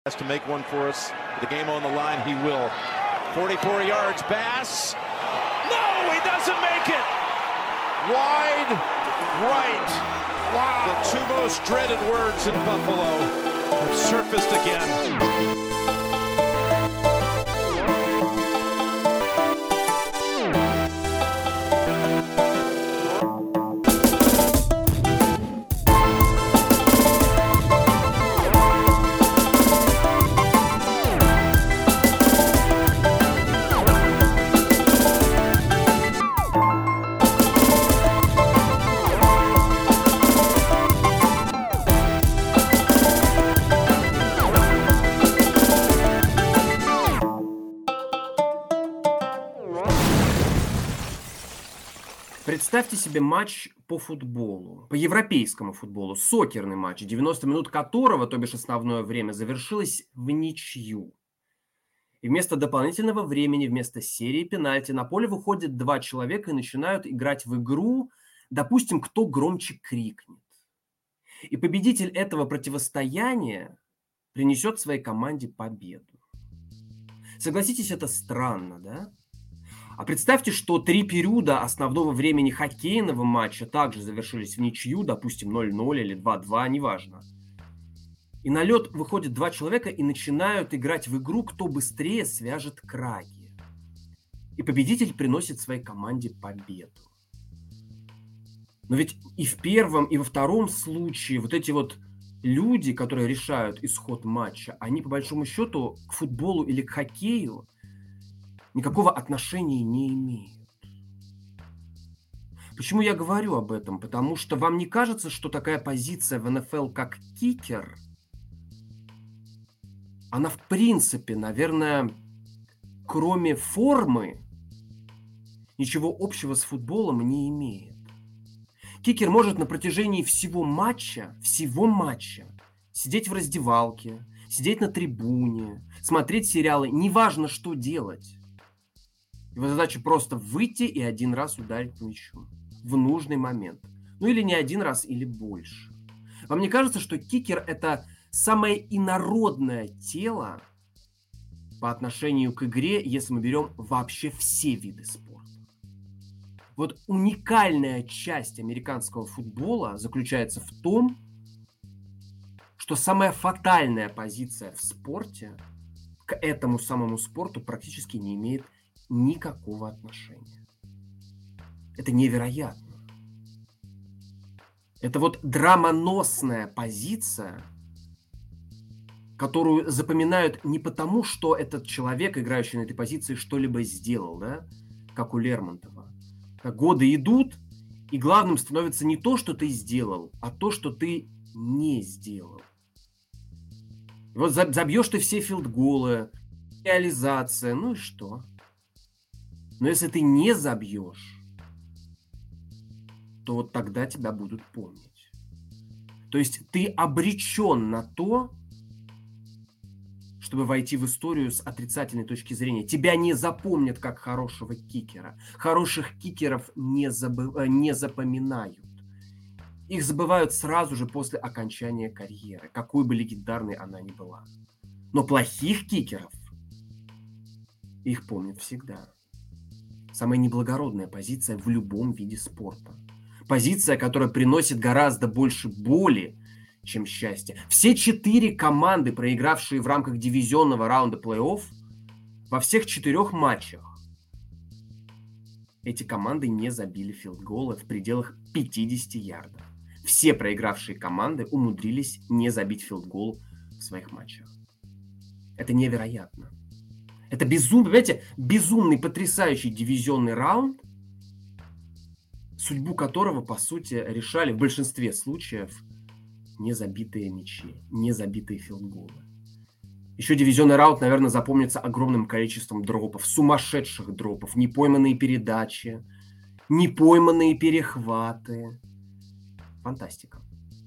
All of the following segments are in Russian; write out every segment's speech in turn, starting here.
Has to make one for us. The game on the line, he will. 44 yards, Bass. No, he doesn't make it. Wide right. Wow. The two most dreaded words in Buffalo have surfaced again. Представьте себе матч по футболу, по европейскому футболу, сокерный матч, 90 минут которого, то бишь основное время, завершилось в ничью. И вместо дополнительного времени, вместо серии пенальти на поле выходят два человека и начинают играть в игру, допустим, кто громче крикнет. И победитель этого противостояния принесет своей команде победу. Согласитесь, это странно, да? А представьте, что 3 периода основного времени хоккейного матча также завершились в ничью, допустим, 0-0 или 2-2, неважно. И на лед выходят два человека и начинают играть в игру, кто быстрее свяжет краги. И победитель приносит своей команде победу. Но ведь и в первом, и во втором случае вот эти вот люди, которые решают исход матча, они по большому счету к футболу или к хоккею никакого отношения не имеют. Почему я говорю об этом? Потому что вам не кажется, что такая позиция в НФЛ, как кикер, она в принципе, наверное, кроме формы, ничего общего с футболом не имеет. Кикер может на протяжении всего матча сидеть в раздевалке, сидеть на трибуне, смотреть сериалы, неважно, что делать. Его задача просто выйти и один раз ударить по мячу в нужный момент. Ну или не один раз, или больше. Вам не кажется, что кикер – это самое инородное тело по отношению к игре, если мы берем вообще все виды спорта? Вот уникальная часть американского футбола заключается в том, что самая фатальная позиция в спорте к этому самому спорту практически не имеет никакого отношения. Это невероятно. Это вот драмоносная позиция, которую запоминают не потому, что этот человек, играющий на этой позиции, что-либо сделал, да, как у Лермонтова. Годы идут, и главным становится не то, что ты сделал, а то, что ты не сделал. И вот забьешь ты все филдголы, реализация, ну и что? Но если ты не забьешь, то вот тогда тебя будут помнить. То есть ты обречен на то, чтобы войти в историю с отрицательной точки зрения. Тебя не запомнят как хорошего кикера. Хороших кикеров не запоминают. Их забывают сразу же после окончания карьеры, какой бы легендарной она ни была. Но плохих кикеров их помнят всегда. Самая неблагородная позиция в любом виде спорта. Позиция, которая приносит гораздо больше боли, чем счастья. Все 4 команды, проигравшие в рамках дивизионного раунда плей-офф, во всех 4 матчах эти команды не забили филдголы в пределах 50 ярдов. Все проигравшие команды умудрились не забить филдгол в своих матчах. Это невероятно. Это безумный, потрясающий дивизионный раунд, судьбу которого, по сути, решали в большинстве случаев незабитые мячи, незабитые филдголы. Еще дивизионный раунд, наверное, запомнится огромным количеством дропов, сумасшедших дропов, непойманные передачи, непойманные перехваты. Фантастика.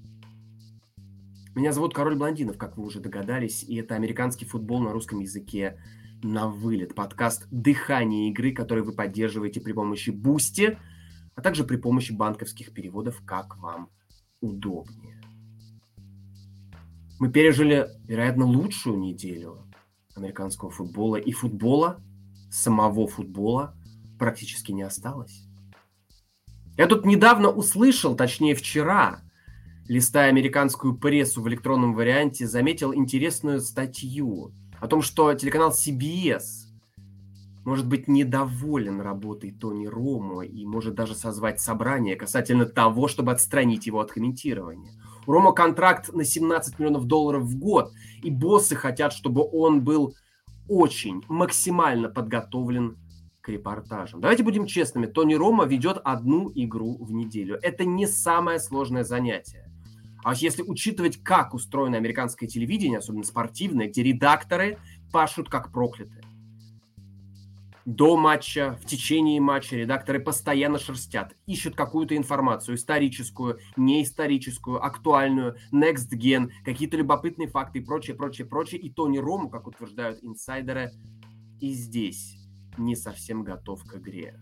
Меня зовут Король Блондинов, как вы уже догадались, и это американский футбол на русском языке на вылет. Подкаст «Дыхание игры», который вы поддерживаете при помощи Boosty, а также при помощи банковских переводов, как вам удобнее. Мы пережили, вероятно, лучшую неделю американского футбола, и футбола, самого футбола, практически не осталось. Я тут недавно услышал, точнее вчера, листая американскую прессу в электронном варианте, заметил интересную статью о том, что телеканал CBS может быть недоволен работой Тони Ромо и может даже созвать собрание касательно того, чтобы отстранить его от комментирования. У Ромо контракт на $17 миллионов в год, и боссы хотят, чтобы он был очень максимально подготовлен к репортажам. Давайте будем честными, Тони Ромо ведет одну игру в неделю. Это не самое сложное занятие. А если учитывать, как устроено американское телевидение, особенно спортивное, где редакторы пашут как проклятые. До матча, в течение матча редакторы постоянно шерстят, ищут какую-то информацию, историческую, неисторическую, актуальную, next gen, какие-то любопытные факты и прочее, прочее, прочее. И Тони Ромо, как утверждают инсайдеры, и здесь не совсем готов к игре.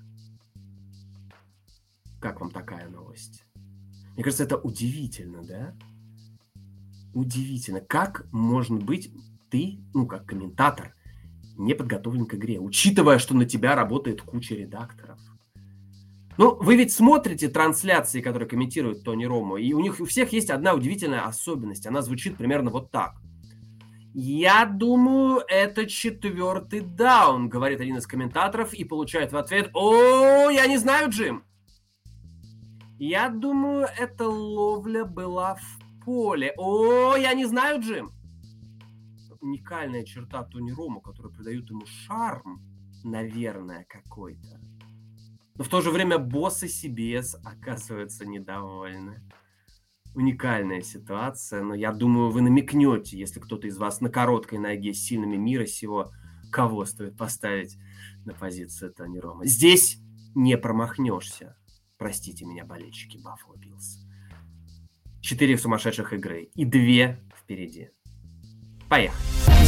Как вам такая новость? Мне кажется, это удивительно, да? Удивительно. Как можно быть ты, как комментатор, не подготовлен к игре, учитывая, что на тебя работает куча редакторов. Вы ведь смотрите трансляции, которые комментирует Тони Ромо, и у них у всех есть одна удивительная особенность. Она звучит примерно вот так. «Я думаю, это 4-й даун», говорит один из комментаторов и получает в ответ: «О, я не знаю, Джим». «Я думаю, эта ловля была в поле». «О, я не знаю, Джим». Уникальная черта Тони Ромо, которая придает ему шарм, наверное, какой-то. Но в то же время боссы CBS оказываются недовольны. Уникальная ситуация, но я думаю, вы намекнете, если кто-то из вас на короткой ноге с сильными мира сего, кого стоит поставить на позицию Тони Ромо. Здесь не промахнешься. Простите меня, болельщики Баффало Биллс. 4 сумасшедших игры и 2 впереди. Поехали.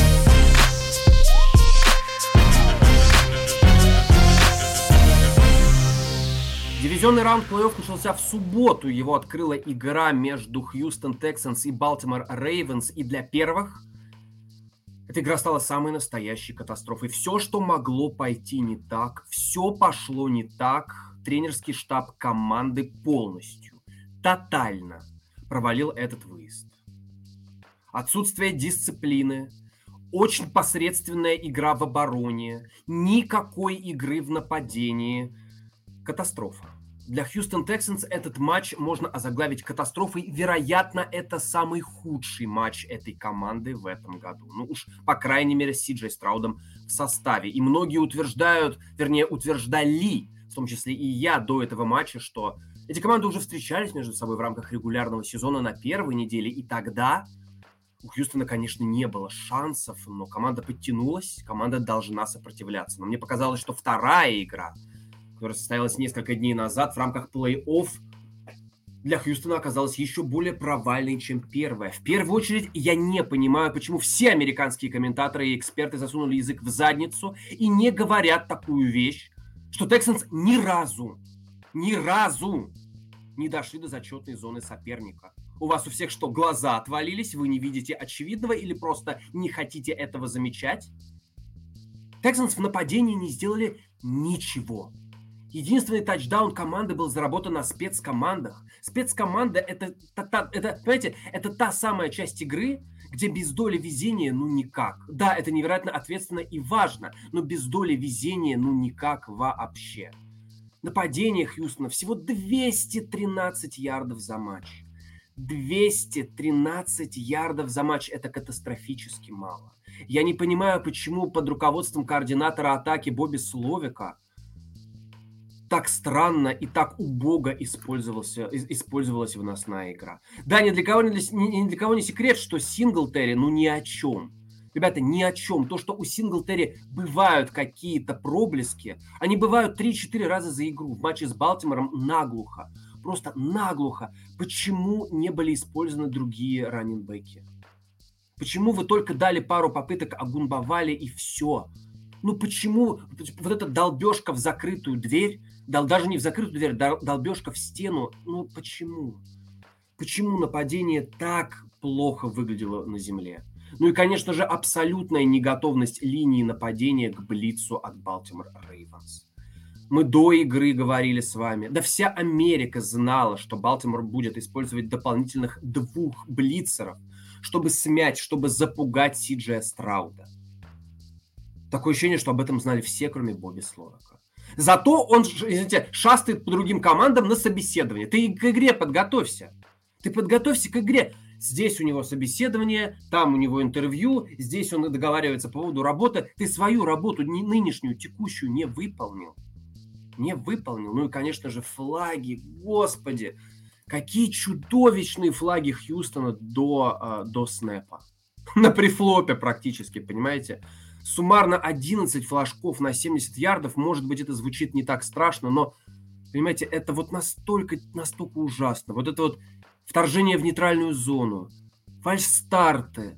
Дивизионный раунд плей-офф начался в субботу. Его открыла игра между Хьюстон Texans и Балтимор Рейвенс. И для первых эта игра стала самой настоящей катастрофой. Все, что могло пойти не так, все пошло не так. Тренерский штаб команды полностью, тотально провалил этот выезд. Отсутствие дисциплины, очень посредственная игра в обороне, никакой игры в нападении. Катастрофа. Для Хьюстон Texans этот матч можно озаглавить катастрофой. Вероятно, это самый худший матч этой команды в этом году. По крайней мере, с Си-Джей Страудом в составе. И многие утверждают, вернее, утверждали, в том числе и я до этого матча, что эти команды уже встречались между собой в рамках регулярного сезона на первой неделе. И тогда у Хьюстона, конечно, не было шансов, но команда подтянулась, команда должна сопротивляться. Но мне показалось, что вторая игра, которая состоялась несколько дней назад в рамках плей-офф, для Хьюстона оказалась еще более провальной, чем первая. В первую очередь, я не понимаю, почему все американские комментаторы и эксперты засунули язык в задницу и не говорят такую вещь, что Texans ни разу не дошли до зачетной зоны соперника. У вас у всех что, глаза отвалились, вы не видите очевидного или просто не хотите этого замечать? Texans в нападении не сделали ничего. Единственный тачдаун команды был заработан на спецкомандах. Спецкоманда это, понимаете, это та самая часть игры, где без доли везения никак. Да, это невероятно ответственно и важно, но без доли везения никак вообще. Нападение Хьюстона всего 213 ярдов за матч. 213 ярдов за матч – это катастрофически мало. Я не понимаю, почему под руководством координатора атаки Бобби Словика так странно и так убого использовалась выносная игра. Да, ни для кого не секрет, что Синглтери, ни о чем. Ребята, ни о чем. То, что у Синглтери бывают какие-то проблески, они бывают 3-4 раза за игру. В матче с Балтимором наглухо. Просто наглухо. Почему не были использованы другие раннинбеки? Почему вы только дали пару попыток Агунбавале и все? Почему вот эта долбежка в закрытую дверь, даже не в закрытую дверь, долбежка в стену, почему? Почему нападение так плохо выглядело на земле. Ну и, конечно же, абсолютная неготовность линии нападения к блицу от Baltimore Ravens. Мы до игры говорили с вами, да вся Америка знала, что Балтимор будет использовать дополнительных 2 блицеров, чтобы смять, чтобы запугать Си-Джея Страуда. Такое ощущение, что об этом знали все, кроме Бобби Словака. Зато он, извините, шастает по другим командам на собеседование. Ты к игре подготовься. Ты подготовься к игре. Здесь у него собеседование, там у него интервью, здесь он договаривается по поводу работы. Ты свою работу, нынешнюю, текущую, не выполнил. Не выполнил. Ну и, конечно же, флаги. Господи, какие чудовищные флаги Хьюстона до снэпа. На префлопе практически, понимаете? Суммарно 11 флажков на 70 ярдов. Может быть, это звучит не так страшно, но, понимаете, это вот настолько ужасно. Вот это вот вторжение в нейтральную зону, фальшстарты,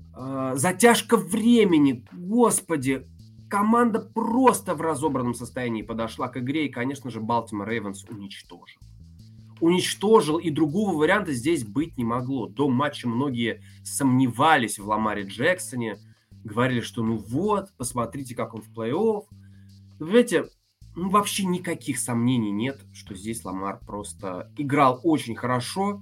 затяжка времени. Господи, команда просто в разобранном состоянии подошла к игре, и, конечно же, Baltimore Ravens уничтожил. Уничтожил, и другого варианта здесь быть не могло. До матча многие сомневались в Ламаре Джексоне, говорили, что ну вот, посмотрите, как он в плей-офф. Вы понимаете, ну вообще никаких сомнений нет, что здесь Ламар просто играл очень хорошо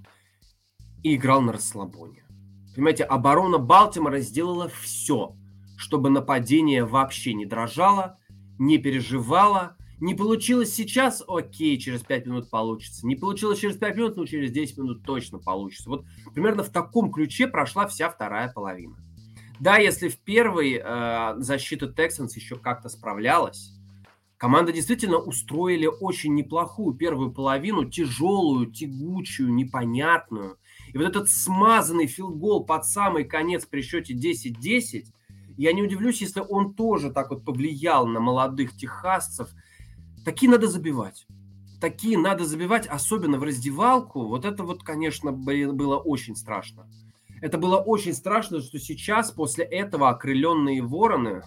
и играл на расслабоне. Понимаете, оборона Балтимора сделала все, чтобы нападение вообще не дрожало, не переживало. Не получилось сейчас, окей, через 5 минут получится. Не получилось через 5 минут, но через 10 минут точно получится. Вот примерно в таком ключе прошла вся вторая половина. Да, если в первой защита Texans еще как-то справлялась, команда действительно устроили очень неплохую первую половину, тяжелую, тягучую, непонятную. И вот этот смазанный филдгол под самый конец при счете 10-10, я не удивлюсь, если он тоже так вот повлиял на молодых техасцев. Такие надо забивать. Такие надо забивать, особенно в раздевалку. Вот это вот, конечно, было очень страшно. Это было очень страшно, что сейчас после этого окрыленные вороны,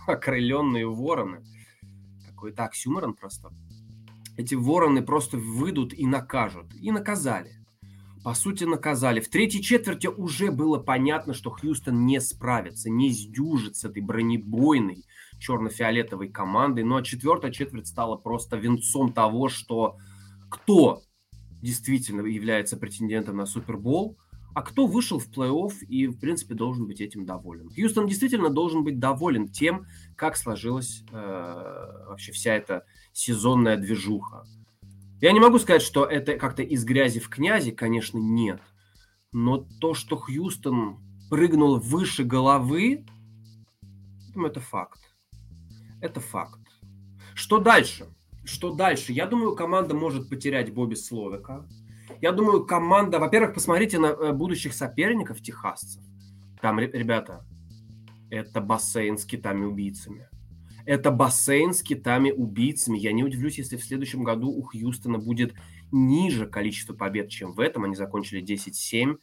какой-то оксюморон просто, эти вороны просто выйдут и накажут. И наказали. По сути, наказали. В третьей четверти уже было понятно, что Хьюстон не справится, не сдюжит с этой бронебойной черно-фиолетовой командой. Ну а четвертая четверть стала просто венцом того, что кто действительно является претендентом на Супербол, а кто вышел в плей-офф и, в принципе, должен быть этим доволен. Хьюстон действительно должен быть доволен тем, как сложилась вообще вся эта сезонная движуха. Я не могу сказать, что это как-то из грязи в князи, конечно, нет. Но то, что Хьюстон прыгнул выше головы, это факт. Это факт. Что дальше? Что дальше? Я думаю, команда может потерять Бобби Словака. Я думаю, команда... Во-первых, посмотрите на будущих соперников техасцев. Там, ребята, это бассейн с китами-убийцами. Это бассейн с китами-убийцами. Я не удивлюсь, если в следующем году у Хьюстона будет ниже количество побед, чем в этом. Они закончили 10-7.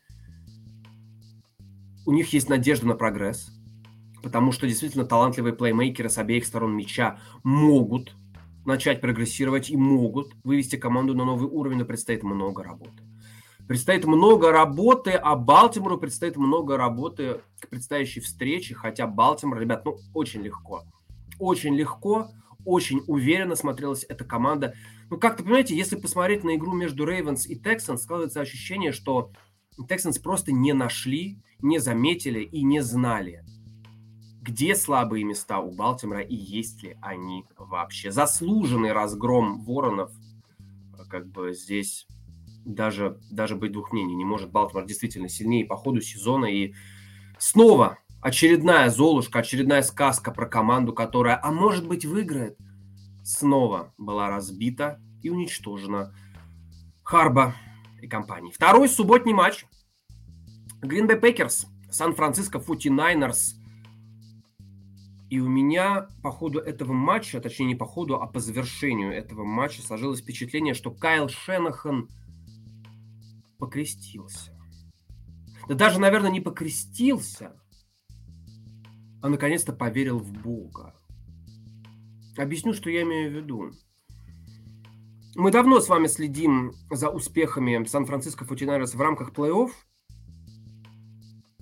У них есть надежда на прогресс. Потому что действительно талантливые плеймейкеры с обеих сторон мяча могут начать прогрессировать и могут вывести команду на новый уровень, но предстоит много работы. Предстоит много работы, а Балтимору предстоит много работы к предстоящей встрече, хотя Балтимор, ребят, ну, очень легко, очень уверенно смотрелась эта команда. Ну, как-то, понимаете, если посмотреть на игру между Ravens и Texans, складывается ощущение, что Texans просто не нашли, не заметили и не знали, где слабые места у Балтимора и есть ли они вообще. Заслуженный разгром Воронов, как бы здесь даже быть двух мнений не может. Балтимор действительно сильнее по ходу сезона. И снова очередная Золушка, очередная сказка про команду, которая, а может быть, выиграет, снова была разбита и уничтожена Харбо и компанией. Второй субботний матч. Green Bay Packers, Сан-Франциско 49ers. И у меня по ходу этого матча, точнее не по ходу, а по завершению этого матча сложилось впечатление, что Кайл Шенахан покрестился. Да даже, наверное, не покрестился, а наконец-то поверил в Бога. Объясню, что я имею в виду. Мы давно с вами следим за успехами Сан-Франциско 49ers в рамках плей-офф.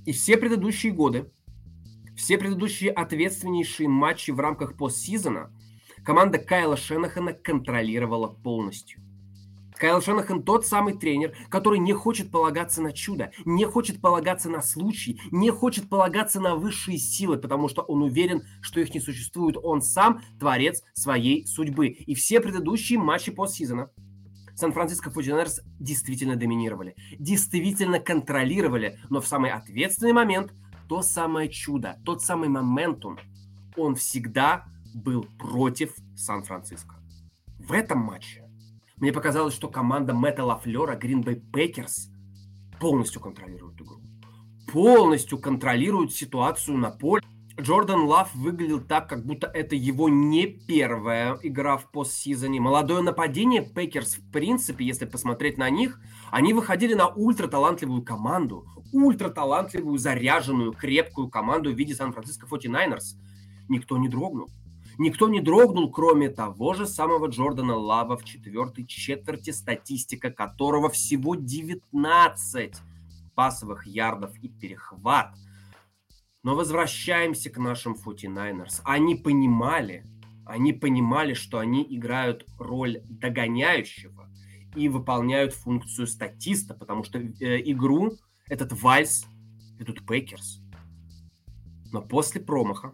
И все предыдущие годы, все предыдущие ответственнейшие матчи в рамках постсезона команда Кайла Шенахана контролировала полностью. Кайл Шенахан тот самый тренер, который не хочет полагаться на чудо, не хочет полагаться на случай, не хочет полагаться на высшие силы, потому что он уверен, что их не существует. Он сам творец своей судьбы. И все предыдущие матчи постсезона Сан-Франциско 49ерс действительно доминировали, действительно контролировали, но в самый ответственный момент то самое чудо, тот самый моментум, он всегда был против Сан-Франциско. В этом матче мне показалось, что команда Мэтта Лафлера, Green Bay Packers, полностью контролирует игру. Полностью контролирует ситуацию на поле. Джордан Лав выглядел так, как будто это его не первая игра в постсезоне. Молодое нападение Пекерс, в принципе, если посмотреть на них, они выходили на ультраталантливую команду. Ультраталантливую, заряженную, крепкую команду в виде Сан-Франциско 49ерс. Никто не дрогнул. Никто не дрогнул, кроме того же самого Джордана Лава в четвертой четверти, статистика которого всего 19 пасовых ярдов и перехват. Но возвращаемся к нашим 49ерс. Они понимали, что они играют роль догоняющего и выполняют функцию статиста, потому что игру, этот вальс, ведут Пекерс. Но после промаха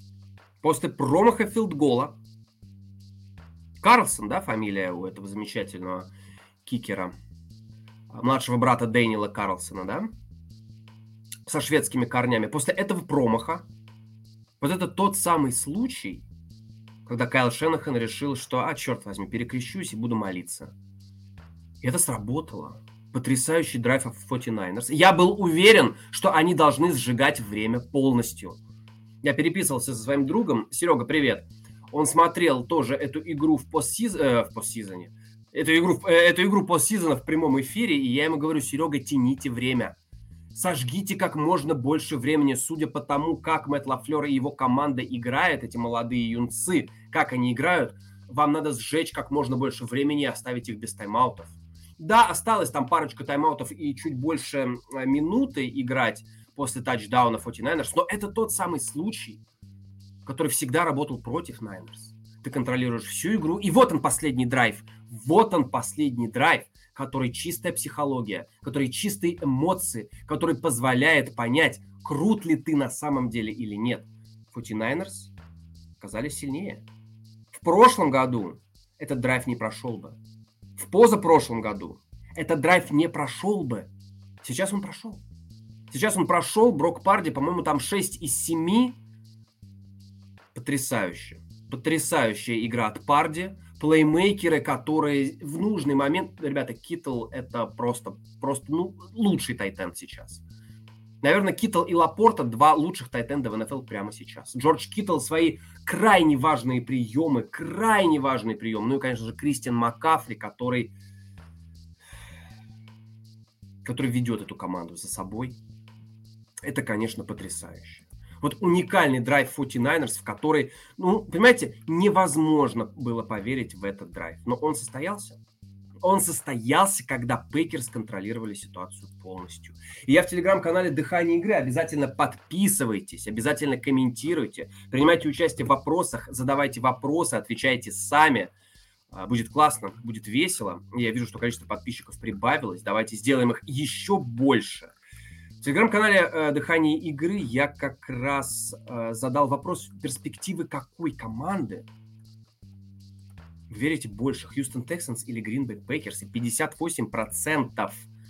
филдгола, Карлсон, да, фамилия у этого замечательного кикера, младшего брата Дэниела Карлсона, да, со шведскими корнями. После этого промаха, вот это тот самый случай, когда Кайл Шенахан решил, что, черт возьми, перекрещусь и буду молиться. И это сработало. Потрясающий драйв от 49ерс. Я был уверен, что они должны сжигать время полностью. Я переписывался со своим другом. Серега, привет. Он смотрел тоже эту игру в постсезоне. Эту игру постсезона в прямом эфире. И я ему говорю: Серега, тяните время. Сожгите как можно больше времени. Судя по тому, как Мэтт Лафлер и его команда играют, эти молодые юнцы, как они играют, вам надо сжечь как можно больше времени и оставить их без тайм-аутов. Да, осталось там парочка тайм-аутов и чуть больше минуты играть после тачдауна 49ерс, но это тот самый случай, который всегда работал против Niners. Ты контролируешь всю игру, и вот он последний драйв, который чистая психология, который чистые эмоции, который позволяет понять, крут ли ты на самом деле или нет. 49ерс оказались сильнее. В прошлом году этот драйв не прошел бы. В позапрошлом году этот драйв не прошел бы. Сейчас он прошел. Брок Парди, по-моему, там 6 из 7. Потрясающе. Потрясающая игра от Парди. Плеймейкеры, которые в нужный момент... Ребята, Киттл это просто лучший тайтенд сейчас. Наверное, Киттл и Лапорта два лучших тайтенда в НФЛ прямо сейчас. Джордж Киттл свои крайне важные приемы. Ну и, конечно же, Кристиан Маккафри, который ведет эту команду за собой. Это, конечно, потрясающе. Вот уникальный драйв 49ерс, в который, понимаете, невозможно было поверить в этот драйв. Но он состоялся. Он состоялся, когда Пекерс контролировали ситуацию полностью. И я в телеграм-канале «Дыхание игры». Обязательно подписывайтесь, обязательно комментируйте, принимайте участие в вопросах, задавайте вопросы, отвечайте сами. Будет классно, будет весело. Я вижу, что количество подписчиков прибавилось. Давайте сделаем их еще больше. В телеграм-канале «Дыхание игры» я как раз задал вопрос перспективы какой команды вы верите больше, Хьюстон Texans или Green Bay Packers, и 58%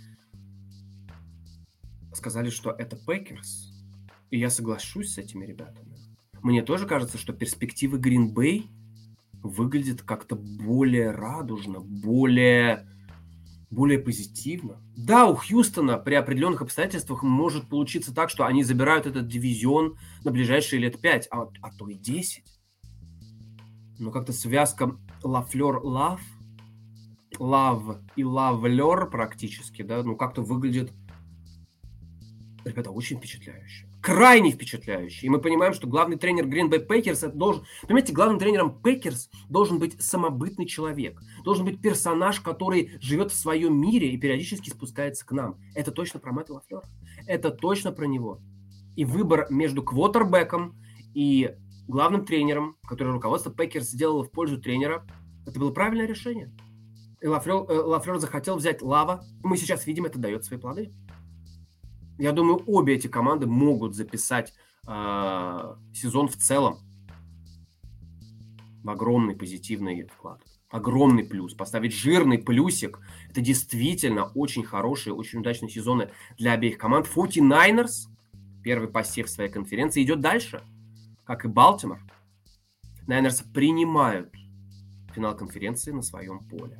сказали, что это Packers. И я соглашусь с этими ребятами. Мне тоже кажется, что перспективы Green Bay выглядят как-то более радужно, более позитивно. Да, у Хьюстона при определенных обстоятельствах может получиться так, что они забирают этот дивизион на ближайшие лет 5, а то и 10. Но как-то связка Лафлер-Лав, Лав и Лавлер практически, да, как-то выглядит, ребята, очень впечатляюще. Крайне впечатляюще. И мы понимаем, что главный тренер Green Bay Packers должен... Понимаете, главным тренером Packers должен быть самобытный человек. Должен быть персонаж, который живет в своем мире и периодически спускается к нам. Это точно про Мэтта Лафлера. это точно про него. И выбор между квотербеком и главным тренером, который руководство Пекерс сделало в пользу тренера, это было правильное решение. И Лафлер захотел взять Лава. Мы сейчас видим, это дает свои плоды. Я думаю, обе эти команды могут записать сезон в целом в огромный позитивный вклад. Огромный плюс. Поставить жирный плюсик. Это действительно очень хорошие, очень удачные сезоны для обеих команд. 49ers, первый посев своей конференции, идет дальше, как и Балтимор. Найнерс принимают финал конференции на своем поле.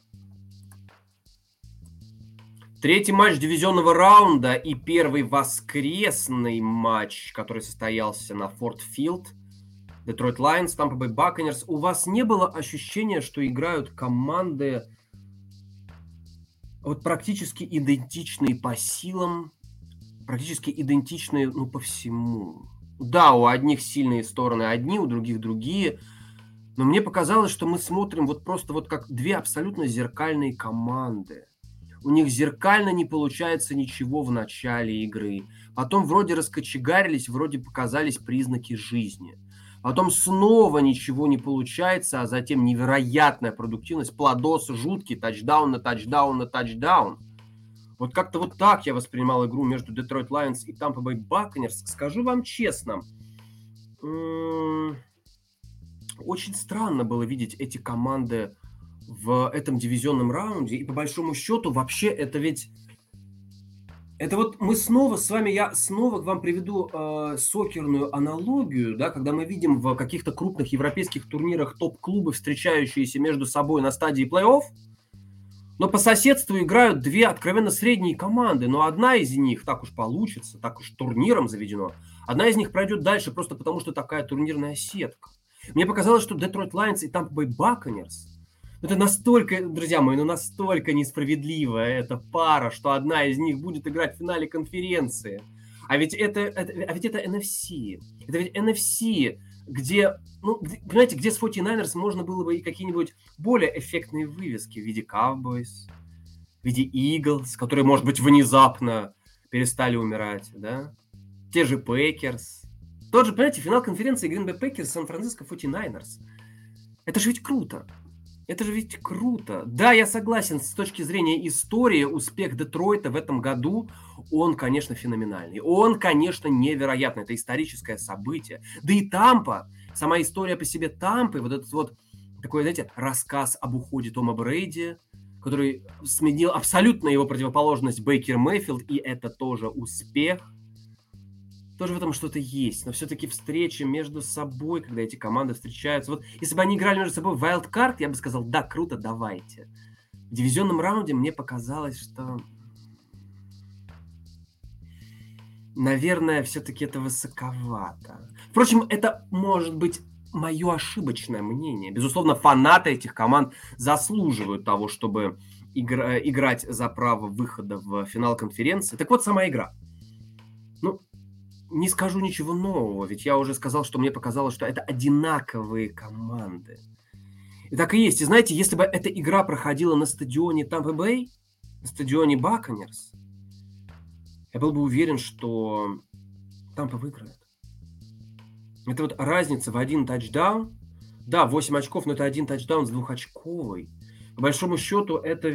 Третий матч дивизионного раунда и первый воскресный матч, который состоялся на Форд Филд. Детройт Лайонс, Тампа Бэй Баконерс. У вас не было ощущения, что играют команды вот практически идентичные по силам, практически идентичные, ну, по всему? Да, у одних сильные стороны одни, у других другие. Но мне показалось, что мы смотрим вот просто вот как две абсолютно зеркальные команды. У них зеркально не получается ничего в начале игры. Потом вроде раскочегарились, вроде показались признаки жизни. Потом снова ничего не получается, а затем невероятная продуктивность, плодос, жуткий тачдаун на тачдаун на тачдаун. Вот как-то вот так я воспринимал игру между Детройт Лайонс и Тампа Бэй Баконерс. Скажу вам честно, очень странно было видеть эти команды в этом дивизионном раунде. И по большому счету вообще это ведь... Это вот мы снова с вами, я снова к вам приведу сокерную аналогию, да, когда мы видим в каких-то крупных европейских турнирах топ-клубы, встречающиеся между собой на стадии плей-офф, но по соседству играют две откровенно средние команды, но одна из них, так уж получится, так уж турниром заведено, одна из них пройдет дальше просто потому, что такая турнирная сетка. Мне показалось, что Детройт Лайонс и Тампа Бэй Баконерс это настолько, друзья мои, настолько несправедливая эта пара, что одна из них будет играть в финале конференции. А ведь это NFC. Это ведь NFC, где, ну, понимаете, где с 49ers можно было бы и какие-нибудь более эффектные вывески в виде Cowboys, в виде Eagles, которые, может быть, внезапно перестали умирать, да? Те же Packers. Тот же, понимаете, финал конференции Green Bay Packers, Сан-Франциско 49ers. Это же ведь круто. Это же ведь круто. Да, я согласен, с точки зрения истории, успех Детройта в этом году, он, конечно, феноменальный. Он, конечно, невероятный. Это историческое событие. Да и Тампа, сама история по себе Тампы, вот этот вот такой, знаете, рассказ об уходе Тома Брейди, который сменил абсолютно его противоположность Бейкер Мэйфилд, и это тоже успех. Тоже в этом что-то есть, но все-таки встречи между собой, когда эти команды встречаются. Вот если бы они играли между собой в wildcard, я бы сказал, да, круто, давайте. В дивизионном раунде мне показалось, что, наверное, все-таки это высоковато. Впрочем, это может быть мое ошибочное мнение. Безусловно, фанаты этих команд заслуживают того, чтобы играть за право выхода в финал конференции. Так вот, сама игра. Ну, не скажу ничего нового, ведь я уже сказал, что мне показалось, что это одинаковые команды. И так и есть. И знаете, если бы эта игра проходила на стадионе Тампа Бэй, на стадионе Баконерс, я был бы уверен, что Тампа выиграет. Это вот разница в один тачдаун. Да, 8 очков, но это один тачдаун с двухочковой. По большому счету, это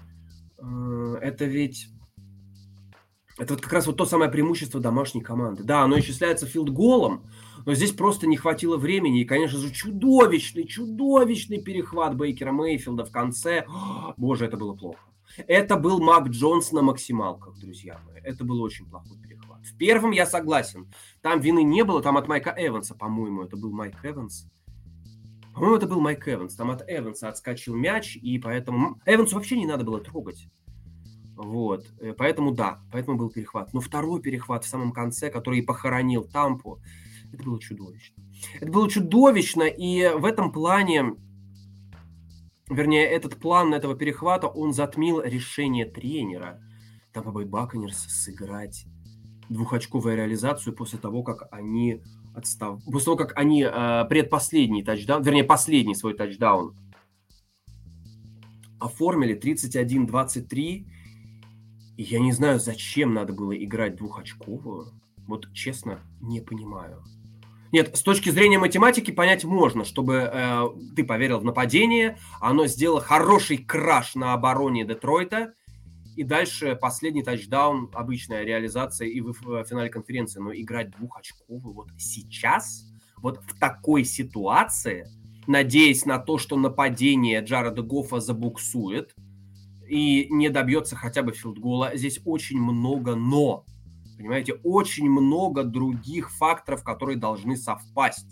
вот как раз вот то самое преимущество домашней команды. Да, оно исчисляется филд-голом, но здесь просто не хватило времени. И, конечно же, чудовищный перехват Бейкера Мэйфилда в конце. Боже, это было плохо. Это был Мак Джонс на максималках, друзья мои. Это был очень плохой перехват. В первом я согласен. Там вины не было, там от Майка Эванса, по-моему, это был Майк Эванс. По-моему, это был Майк Эванс. Там от Эванса отскочил мяч, и поэтому Эвансу вообще не надо было трогать. Вот, поэтому да, поэтому был перехват. Но второй перехват в самом конце, который похоронил Тампу, это было чудовищно. Это было чудовищно, и в этом плане, вернее, этот план этого перехвата, он затмил решение тренера Тампа Бэй Баконерс сыграть двухочковую реализацию после того, как они после того, как они предпоследний тачдаун, вернее, последний свой тачдаун оформили 31-23. И я не знаю, зачем надо было играть двухочковую. Вот честно, не понимаю. Нет, с точки зрения математики понять можно, чтобы ты поверил в нападение, оно сделало хороший краш на обороне Детройта, и дальше последний тачдаун, обычная реализация и в финале конференции. Но играть двухочковую вот сейчас, вот в такой ситуации, надеясь на то, что нападение Джареда Гоффа забуксует и не добьется хотя бы филдгола, здесь очень много «но». Понимаете, очень много других факторов, которые должны совпасть.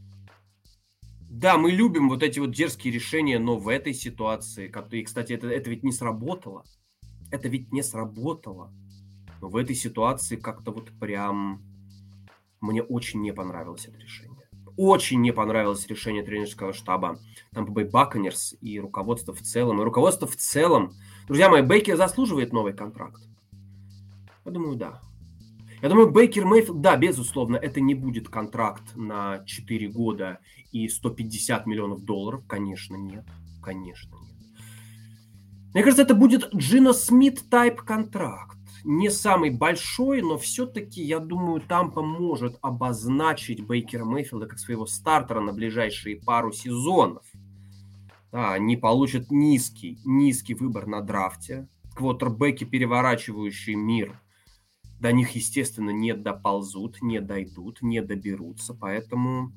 Да, мы любим вот эти вот дерзкие решения, но в этой ситуации, и, кстати, это ведь не сработало. Это ведь не сработало. Но в этой ситуации как-то вот прям мне очень не понравилось это решение. Очень не понравилось решение тренерского штаба Tampa Bay Buccaneers и руководство в целом. И руководство в целом... Друзья мои, Бейкер заслуживает новый контракт? Я думаю, да. Я думаю, Бейкер Мейфилд, да, безусловно, это не будет контракт на 4 года и $150 миллионов. Конечно, нет. Конечно, нет. Мне кажется, это будет Джино Смит тайп контракт. Не самый большой, но все-таки, я думаю, Тампа может обозначить Бейкера Мейфилда как своего стартера на ближайшие пару сезонов. Да, они получат низкий выбор на драфте. Квотербеки, переворачивающие мир, до них, естественно, не доползут, не дойдут, не доберутся. Поэтому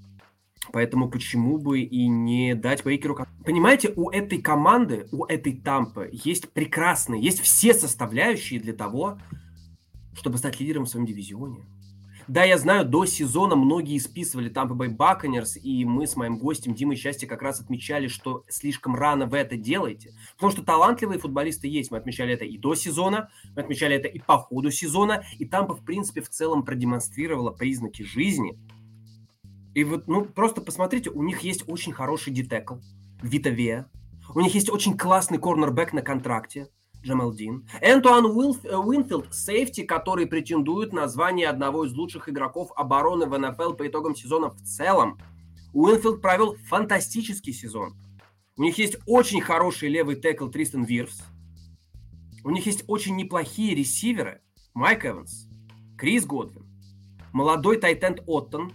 почему бы и не дать Бейкеру... Понимаете, у этой команды, у этой Тампы есть все составляющие для того, чтобы стать лидером в своем дивизионе. Да, я знаю, до сезона многие списывали Tampa Bay Buccaneers, и мы с моим гостем Димой Счастье как раз отмечали, что слишком рано вы это делаете. Потому что талантливые футболисты есть. Мы отмечали это и до сезона, мы отмечали это и по ходу сезона, и Тампа, в принципе, в целом продемонстрировала признаки жизни. И вот, просто посмотрите, у них есть очень хороший дитекл, Вита Веа. У них есть очень классный корнербэк на контракте, Джамал Дин. Энтуан Уинфилд, сейфти, который претендует на звание одного из лучших игроков обороны в НФЛ по итогам сезона в целом. Уинфилд провел фантастический сезон. У них есть очень хороший левый текл Тристан Вирфс. У них есть очень неплохие ресиверы Майк Эванс, Крис Годвин, молодой тайтенд Оттон.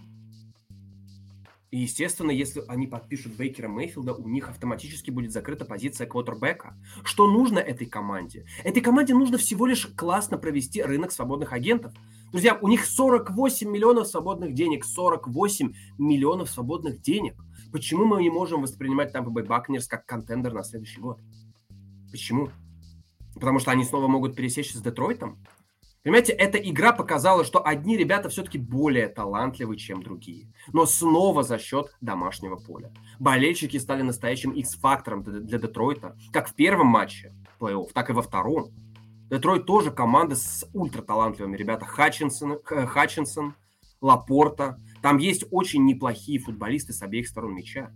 И, естественно, если они подпишут Бейкера Мейфилда, у них автоматически будет закрыта позиция квотербека. Что нужно этой команде? Этой команде нужно всего лишь классно провести рынок свободных агентов. Друзья, у них 48 миллионов свободных денег. 48 миллионов свободных денег. Почему мы не можем воспринимать Tampa Bay Buccaneers как контендер на следующий год? Почему? Потому что они снова могут пересечься с Детройтом? Понимаете, эта игра показала, что одни ребята все-таки более талантливы, чем другие. Но снова за счет домашнего поля. Болельщики стали настоящим X-фактором для Детройта. Как в первом матче плей-офф, так и во втором. Детройт тоже команда с ультраталантливыми ребята. Хатчинсон, Лапорта. Там есть очень неплохие футболисты с обеих сторон мяча.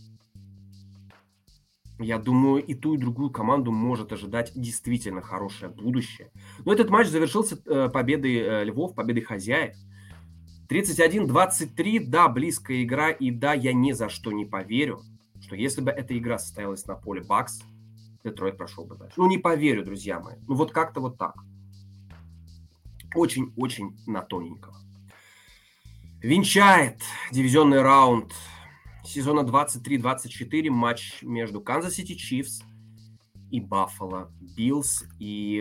Я думаю, и ту, и другую команду может ожидать действительно хорошее будущее. Но этот матч завершился победой Львов, победой хозяев. 31-23, да, близкая игра, и да, я ни за что не поверю, что если бы эта игра состоялась на поле Бакс, Детройт прошел бы дальше. Не поверю, друзья мои. Вот как-то вот так. Очень-очень на тоненького. Венчает дивизионный раунд сезона 23-24 матч между Канзас-Сити Чифс и Баффало Биллс. И,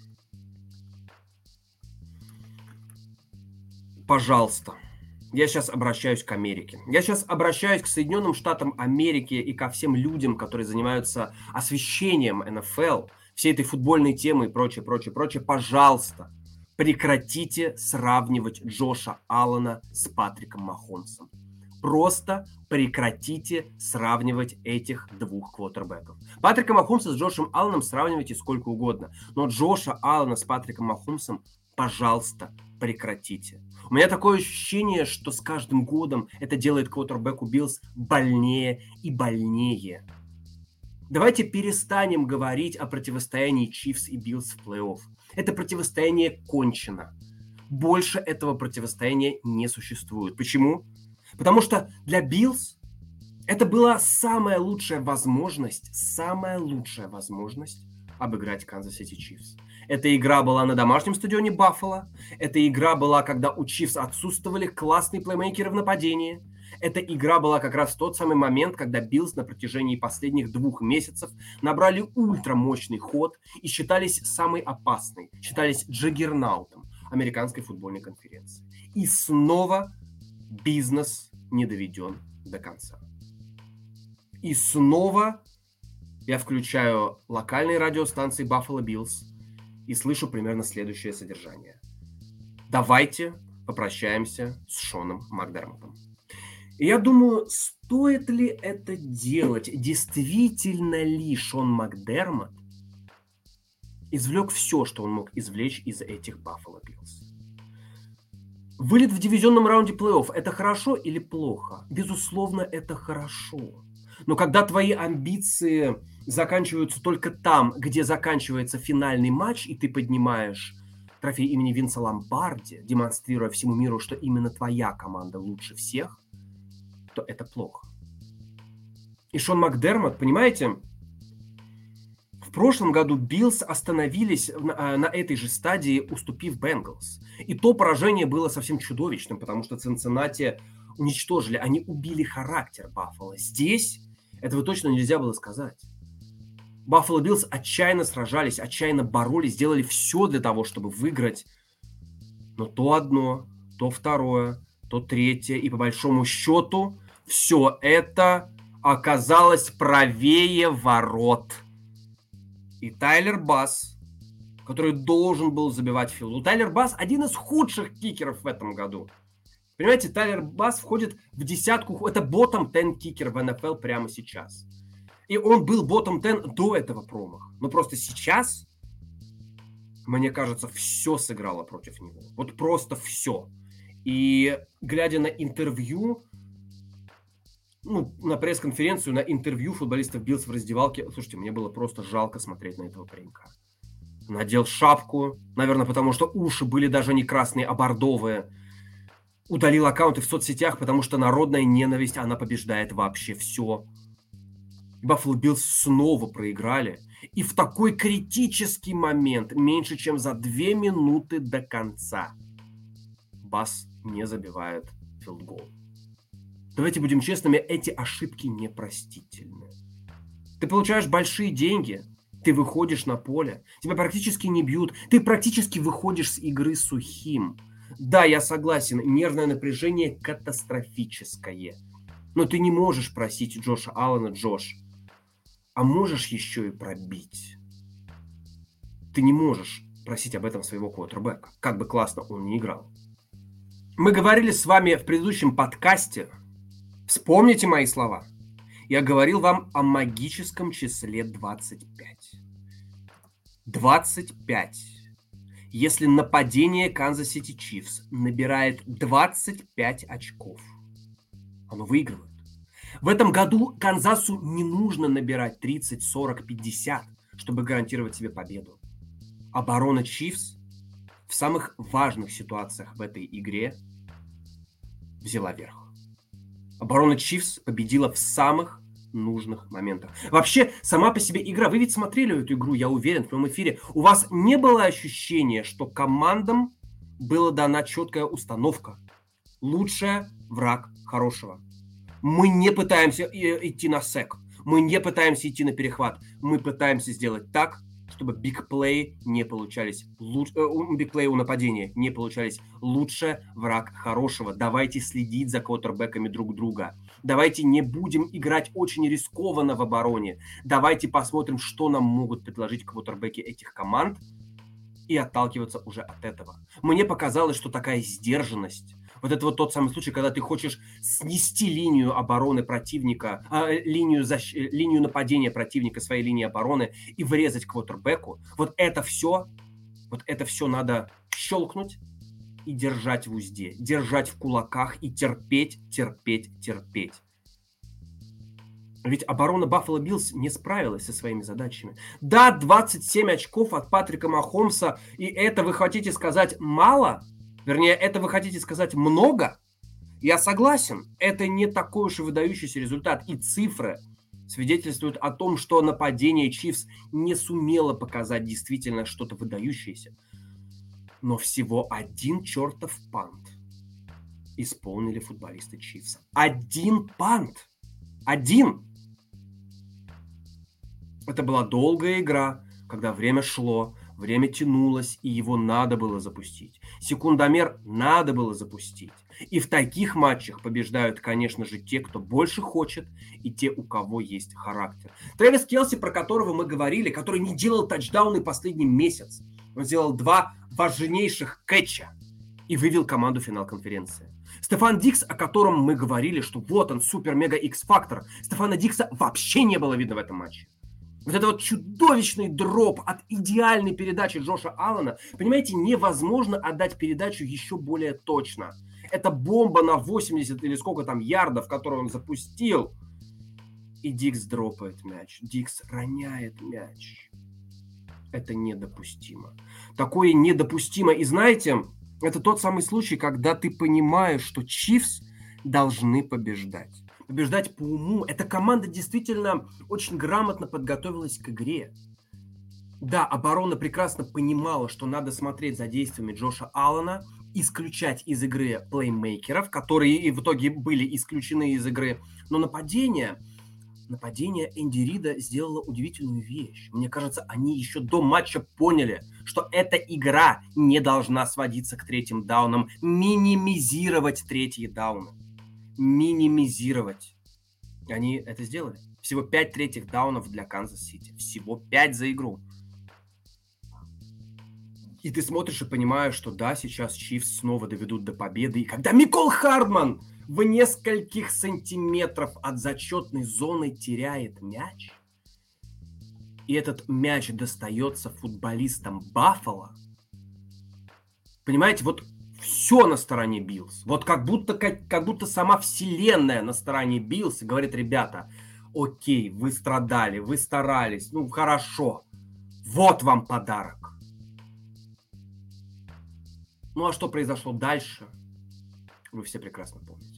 пожалуйста, я сейчас обращаюсь к Америке. Я сейчас обращаюсь к Соединенным Штатам Америки и ко всем людям, которые занимаются освещением НФЛ, всей этой футбольной темы и прочее. Пожалуйста, прекратите сравнивать Джоша Аллена с Патриком Махомсом. Просто прекратите сравнивать этих двух квотербеков. Патрика Махомса с Джошем Алленом сравнивайте сколько угодно. Но Джоша Аллена с Патриком Махомсом, пожалуйста, прекратите. У меня такое ощущение, что с каждым годом это делает квотербеку Биллс больнее и больнее. Давайте перестанем говорить о противостоянии Чифс и Биллс в плей-офф. Это противостояние кончено. Больше этого противостояния не существует. Почему? Потому что для Биллс это была самая лучшая возможность обыграть Канзас-Сити Чифс. Эта игра была на домашнем стадионе Баффало. Эта игра была, когда у Чифс отсутствовали классные плеймейкеры в нападении. Эта игра была как раз в тот самый момент, когда Биллс на протяжении последних 2 месяцев набрали ультрамощный ход и считались самой опасной, считались джаггернаутом американской футбольной конференции. И снова бизнес не доведен до конца. И снова я включаю локальные радиостанции Buffalo Bills и слышу примерно следующее содержание. Давайте попрощаемся с Шоном Макдермотом. И я думаю, стоит ли это делать? Действительно ли Шон Макдермот извлек все, что он мог извлечь из этих Buffalo Bills? Вылет в дивизионном раунде плей-офф – это хорошо или плохо? Безусловно, это хорошо. Но когда твои амбиции заканчиваются только там, где заканчивается финальный матч, и ты поднимаешь трофей имени Винса Ломбарди, демонстрируя всему миру, что именно твоя команда лучше всех, то это плохо. И Шон Макдермот, понимаете, в прошлом году Биллс остановились на этой же стадии, уступив Бенгалс. И то поражение было совсем чудовищным, потому что Цинциннати уничтожили, они убили характер Баффало. Здесь этого точно нельзя было сказать. Баффало Биллс отчаянно сражались, отчаянно боролись, сделали все для того, чтобы выиграть. Но то одно, то второе, то третье. И по большому счету все это оказалось правее ворот. И Тайлер Басс, который должен был забивать филду. Тайлер Басс один из худших кикеров в этом году. Понимаете, Тайлер Басс входит в десятку, это bottom 10 кикер в НФЛ прямо сейчас. И он был bottom 10 до этого промаха. Но просто сейчас, мне кажется, все сыграло против него. Вот просто все. И глядя на интервью, на пресс-конференцию, на интервью футболистов Биллс в раздевалке, слушайте, мне было просто жалко смотреть на этого паренька. Надел шапку, наверное, потому что уши были даже не красные, а бордовые. Удалил аккаунты в соцсетях, потому что народная ненависть, она побеждает вообще все. Buffalo Bills снова проиграли. И в такой критический момент, меньше чем за 2 минуты до конца, Басс не забивает филдгол. Давайте будем честными, эти ошибки непростительны. Ты получаешь большие деньги, ты выходишь на поле, тебя практически не бьют, ты практически выходишь с игры сухим. Да, я согласен, нервное напряжение катастрофическое. Но ты не можешь просить Джоша Аллена: Джош, а можешь еще и пробить? Ты не можешь просить об этом своего квотербека, как бы классно он ни играл. Мы говорили с вами в предыдущем подкасте, вспомните мои слова, я говорил вам о магическом числе 25. 25. Если нападение Канзас-Сити Чифс набирает 25 очков, оно выигрывает. В этом году Канзасу не нужно набирать 30, 40, 50, чтобы гарантировать себе победу. Оборона Чифс в самых важных ситуациях в этой игре взяла верх. Оборона Чифс победила в самых нужных моментах. Вообще, сама по себе игра. Вы ведь смотрели эту игру, я уверен, в прямом эфире. У вас не было ощущения, что командам была дана четкая установка. Лучший враг хорошего. Мы не пытаемся идти на сек. Мы не пытаемся идти на перехват. Мы пытаемся сделать так, чтобы бигплей не получались бигплей у нападения не получались. Лучше враг хорошего. Давайте следить за квотербеками друг друга. Давайте не будем играть очень рискованно в обороне. Давайте посмотрим, что нам могут предложить квотербеки этих команд, и отталкиваться уже от этого. Мне показалось, что такая сдержанность, вот это вот тот самый случай, когда ты хочешь снести линию обороны противника, линию нападения противника своей линии обороны и врезать квотербеку, вот это все надо щелкнуть и держать в узде, держать в кулаках и терпеть. Ведь оборона Buffalo Bills не справилась со своими задачами. Да, 27 очков от Патрика Махомса, и это вы хотите сказать мало? Вернее, это вы хотите сказать много? Я согласен, это не такой уж и выдающийся результат. И цифры свидетельствует о том, что нападение Чифс не сумело показать действительно что-то выдающееся. Но всего один чертов пант исполнили футболисты Чифса. Один пант. Один. Это была долгая игра, когда время шло, время тянулось, и его надо было запустить. Секундомер надо было запустить. И в таких матчах побеждают, конечно же, те, кто больше хочет, и те, у кого есть характер. Трэвис Келси, про которого мы говорили, который не делал тачдауны последний месяц. Он сделал 2 важнейших кэтча и вывел команду в финал конференции. Стефан Дикс, о котором мы говорили, что вот он, супер-мега-икс-фактор. Стефана Дикса вообще не было видно в этом матче. Вот это вот чудовищный дроп от идеальной передачи Джоша Аллена. Понимаете, невозможно отдать передачу еще более точно. Это бомба на 80 или сколько там ярдов, которую он запустил. И Дикс дропает мяч. Дикс роняет мяч. Это недопустимо. Такое недопустимо. И знаете, это тот самый случай, когда ты понимаешь, что Чифс должны побеждать. Побеждать по уму. Эта команда действительно очень грамотно подготовилась к игре. Да, оборона прекрасно понимала, что надо смотреть за действиями Джоша Аллена, исключать из игры плеймейкеров, которые и в итоге были исключены из игры. Но нападение Энди Рида сделало удивительную вещь. Мне кажется, они еще до матча поняли, что эта игра не должна сводиться к третьим даунам, минимизировать третьи дауны. Минимизировать. Они это сделали. Всего 5 третьих даунов для Канзас-Сити. Всего 5 за игру. И ты смотришь и понимаешь, что да, сейчас Чифс снова доведут до победы. И когда Микол Хардман в нескольких сантиметров от зачетной зоны теряет мяч, и этот мяч достается футболистам Баффало, понимаете, вот все на стороне Биллс. Вот как будто сама вселенная на стороне Биллс и говорит: ребята, окей, вы страдали, вы старались, ну хорошо, вот вам подарок. Ну а что произошло дальше, вы все прекрасно помните.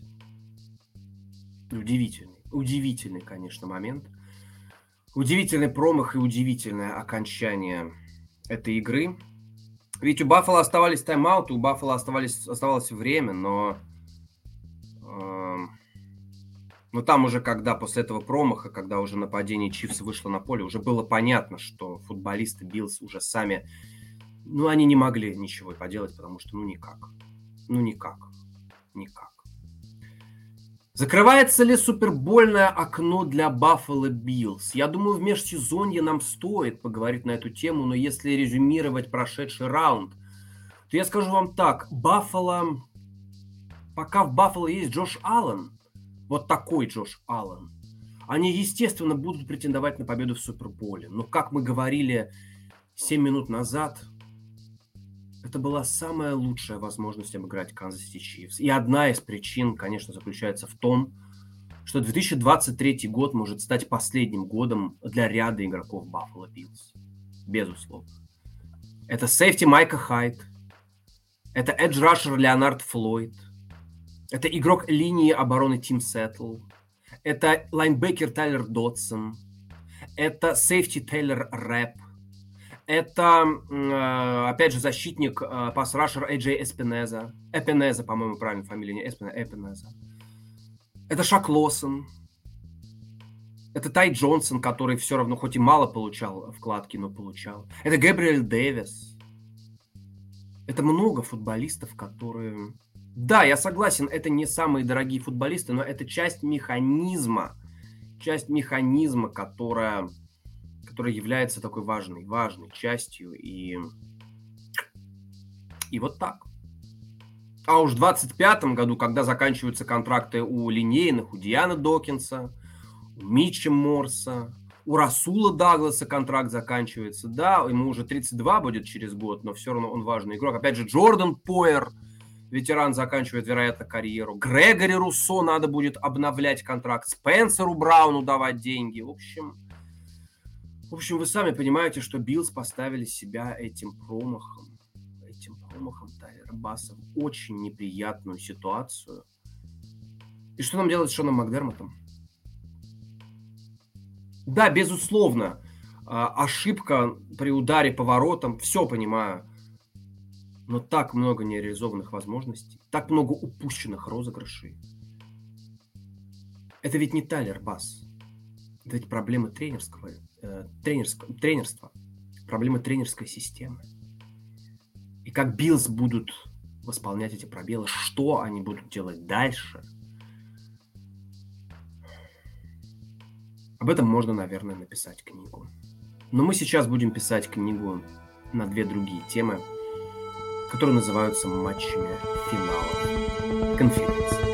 Удивительный, конечно, момент. Удивительный промах и удивительное окончание этой игры. Ведь у Баффало оставались тайм-ауты, у Баффало оставалось время, но там уже, когда после этого промаха, когда уже нападение Чифс вышло на поле, уже было понятно, что футболисты Биллс уже сами, они не могли ничего поделать, потому что никак. Закрывается ли супербольное окно для Buffalo Bills? Я думаю, в межсезонье нам стоит поговорить на эту тему, но если резюмировать прошедший раунд, то я скажу вам так. Пока в Buffalo есть Джош Аллен, вот такой Джош Аллен, они, естественно, будут претендовать на победу в Суперболе. Но, как мы говорили 7 минут назад, это была самая лучшая возможность обыграть Kansas City Chiefs. И одна из причин, конечно, заключается в том, что 2023 год может стать последним годом для ряда игроков Buffalo Bills. Безусловно. Это сейфти Майка Хайд. Это эдж-рашер Леонард Флойд. Это игрок линии обороны Тим Сеттл. Это лайнбекер Тайлер Додсон. Это сейфти Тейлор Рэп. Это, опять же, защитник, пас-рашер Эйджей Эспинеза. Эпинеза, по-моему, правильно фамилия, не Эпинеза. Это Шак Лосон. Это Тай Джонсон, который все равно, хоть и мало получал вкладки, но получал. Это Гэбриэль Дэвис. Это много футболистов, которые... Да, я согласен, это не самые дорогие футболисты, но это часть механизма, которая является такой важной частью. И вот так. А уж в 2025 году, когда заканчиваются контракты у линейных, у Диана Докинса, у Митча Морса, у Расула Дагласа контракт заканчивается. Да, ему уже 32 будет через год, но все равно он важный игрок. Опять же, Джордан Пойер, ветеран, заканчивает, вероятно, карьеру. Грегори Руссо надо будет обновлять контракт. Спенсеру Брауну давать деньги. В общем, вы сами понимаете, что Биллс поставили себя этим промахом Тайлера Басса в очень неприятную ситуацию. И что нам делать с Шоном Макдермотом? Да, безусловно, ошибка при ударе по воротам, все понимаю. Но так много нереализованных возможностей, так много упущенных розыгрышей. Это ведь не Тайлер Басс. Это ведь проблемы тренерства, проблемы тренерской системы. И как Биллс будут восполнять эти пробелы, что они будут делать дальше, об этом можно, наверное, написать книгу. Но мы сейчас будем писать книгу на 2 другие темы, которые называются матчами финала конференции.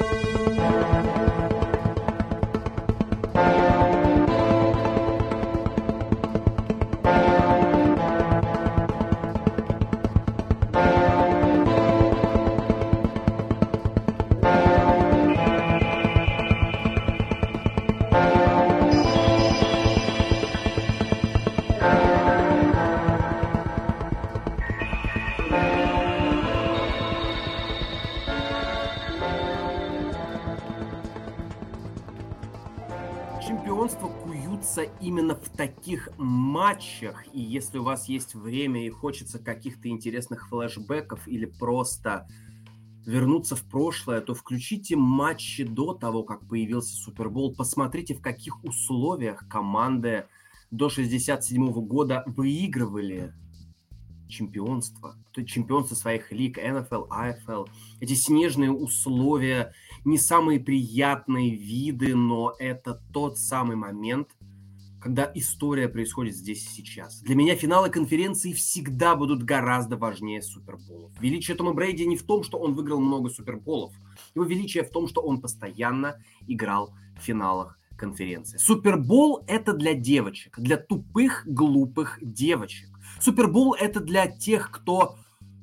Чемпионства куются именно в таких матчах, и если у вас есть время и хочется каких-то интересных флешбеков или просто вернуться в прошлое, то включите матчи до того, как появился Супербол, посмотрите, в каких условиях команды до 1967 года выигрывали чемпионство, то есть чемпионство своих лиг, НФЛ, АФЛ. Эти снежные условия, не самые приятные виды, но это тот самый момент, когда история происходит здесь и сейчас. Для меня финалы конференции всегда будут гораздо важнее Суперболов. Величие Тома Брейди не в том, что он выиграл много Суперболов. Его величие в том, что он постоянно играл в финалах конференции. Супербол – это для девочек, для тупых, глупых девочек. Супербол – это для тех, кто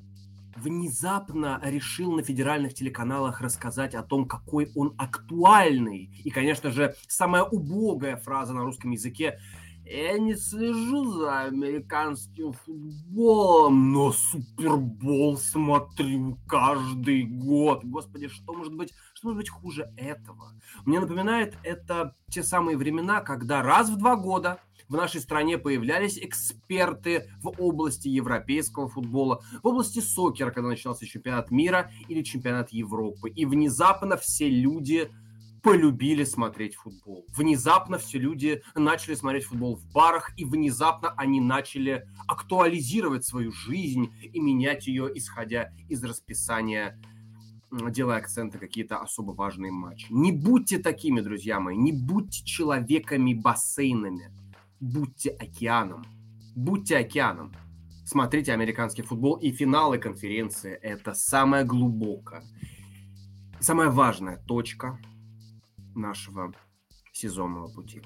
внезапно решил на федеральных телеканалах рассказать о том, какой он актуальный. И, конечно же, самая убогая фраза на русском языке: «Я не слежу за американским футболом, но Супербол смотрю каждый год». Господи, что может быть хуже этого? Мне напоминает это те самые времена, когда раз в 2 года в нашей стране появлялись эксперты в области европейского футбола, в области сокера, когда начинался чемпионат мира или чемпионат Европы. И внезапно все люди полюбили смотреть футбол. Внезапно все люди начали смотреть футбол в барах, и внезапно они начали актуализировать свою жизнь и менять ее, исходя из расписания, делая акценты какие-то особо важные матчи. Не будьте такими, друзья мои, не будьте человеками-бассейнами. Будьте океаном. Будьте океаном. Смотрите американский футбол, и финалы конференции – это самая глубокая, самая важная точка нашего сезонного пути.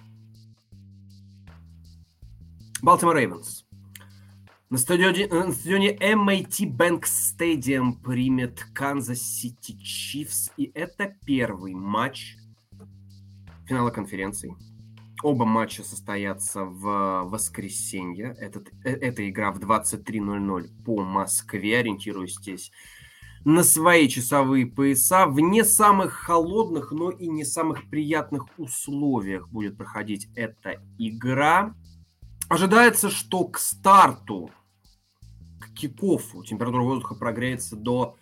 Балтимор Рейвенс на стадионе M.A.T. Bank Stadium примет Канзас Сити Чифс, и это первый матч финала конференции. Оба матча состоятся в воскресенье. Эта игра в 23:00 по Москве. Ориентируюсь здесь на свои часовые пояса. В не самых холодных, но и не самых приятных условиях будет проходить эта игра. Ожидается, что к старту, к кик-оффу температура воздуха прогреется до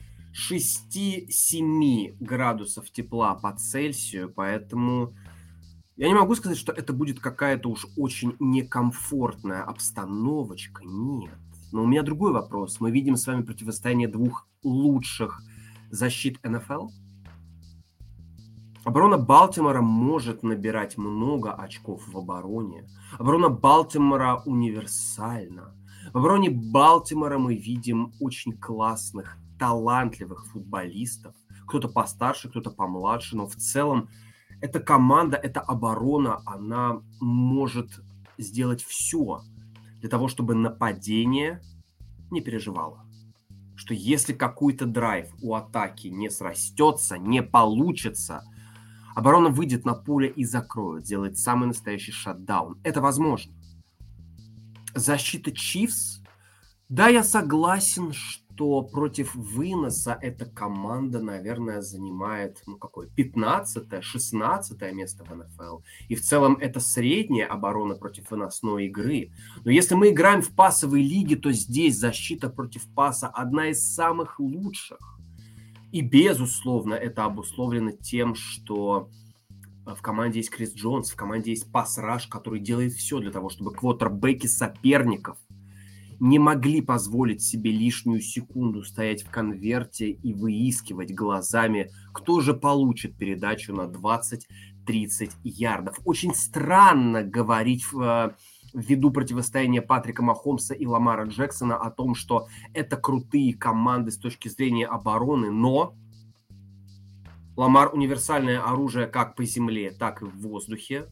6-7 градусов тепла по Цельсию, поэтому я не могу сказать, что это будет какая-то уж очень некомфортная обстановочка. Нет. Но у меня другой вопрос. Мы видим с вами противостояние 2 лучших защит НФЛ. Оборона Балтимора может набирать много очков в обороне. Оборона Балтимора универсальна. В обороне Балтимора мы видим очень классных, талантливых футболистов. Кто-то постарше, кто-то помладше, но в целом эта команда, эта оборона, она может сделать все для того, чтобы нападение не переживало. Что если какой-то драйв у атаки не срастется, не получится, оборона выйдет на поле и закроет, сделает самый настоящий шатдаун. Это возможно. Защита Чифс, да, я согласен, что что против выноса эта команда, наверное, занимает 15-е, 16-е место в НФЛ. И в целом это средняя оборона против выносной игры. Но если мы играем в пасовой лиге, то здесь защита против паса одна из самых лучших. И, безусловно, это обусловлено тем, что в команде есть Крис Джонс, в команде есть пас-раш, который делает все для того, чтобы квотербеки соперников не могли позволить себе лишнюю секунду стоять в конверте и выискивать глазами, кто же получит передачу на 20-30 ярдов. Очень странно говорить ввиду противостояния Патрика Махомса и Ламара Джексона о том, что это крутые команды с точки зрения обороны, но Ламар универсальное оружие как по земле, так и в воздухе,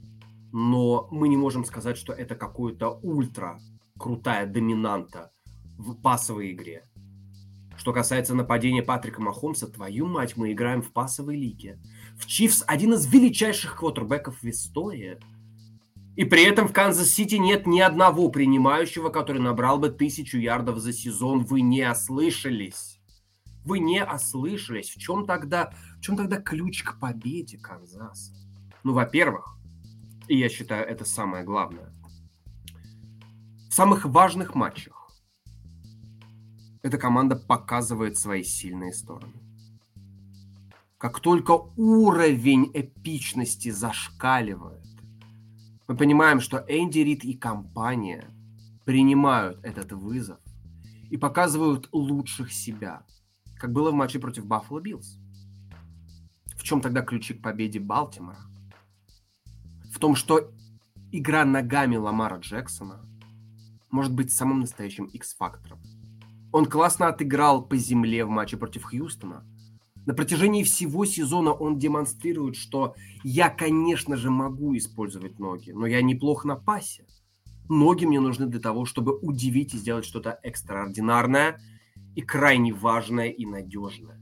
но мы не можем сказать, что это какое-то ультра крутая доминанта в пасовой игре. Что касается нападения Патрика Махомса, твою мать, мы играем в пасовой лиге. В Чифс один из величайших квотербеков в истории. И при этом в Канзас-Сити нет ни одного принимающего, который набрал бы 1000 ярдов за сезон. Вы не ослышались. Вы не ослышались. В чем тогда ключ к победе Канзаса? Во-первых, и я считаю, это самое главное, в самых важных матчах эта команда показывает свои сильные стороны. Как только уровень эпичности зашкаливает, мы понимаем, что Энди Рид и компания принимают этот вызов и показывают лучших себя, как было в матче против Баффало Биллс. В чем тогда ключи к победе Балтимора? В том, что игра ногами Ламара Джексона может быть самым настоящим X-фактором. Он классно отыграл по земле в матче против Хьюстона. На протяжении всего сезона он демонстрирует, что я, конечно же, могу использовать ноги, но я неплох на пасе. Ноги мне нужны для того, чтобы удивить и сделать что-то экстраординарное и крайне важное и надежное.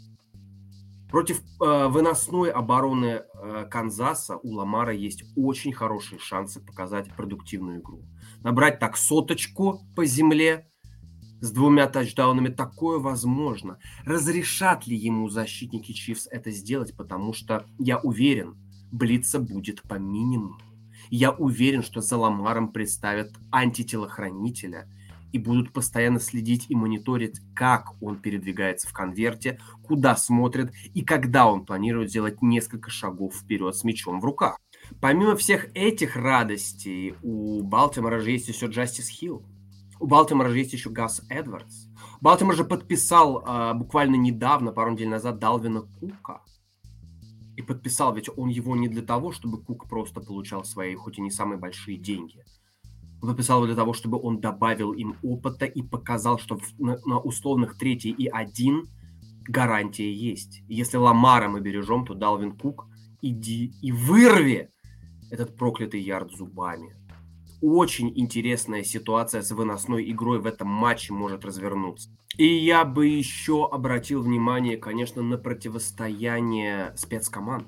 Против выносной обороны Канзаса у Ламара есть очень хорошие шансы показать продуктивную игру. Набрать так 100 по земле с 2 тачдаунами, такое возможно. Разрешат ли ему защитники Чифс это сделать? Потому что я уверен, блица будет по минимуму. Я уверен, что за Ламаром представят антителохранителя и будут постоянно следить и мониторить, как он передвигается в конверте, куда смотрит и когда он планирует сделать несколько шагов вперед с мячом в руках. Помимо всех этих радостей, у Балтимора же есть еще Джастис Хилл. У Балтимора же есть еще Гас Эдвардс. Балтимор же подписал буквально недавно, пару недель назад, Далвина Кука. И подписал, ведь он его не для того, чтобы Кук просто получал свои, хоть и не самые большие деньги. Он подписал его для того, чтобы он добавил им опыта и показал, что на условных 3 и 1 гарантия есть. И если Ламара мы бережем, то Далвин Кук, иди и вырви этот проклятый ярд зубами. Очень интересная ситуация с выносной игрой в этом матче может развернуться. И я бы еще обратил внимание, конечно, на противостояние спецкоманд.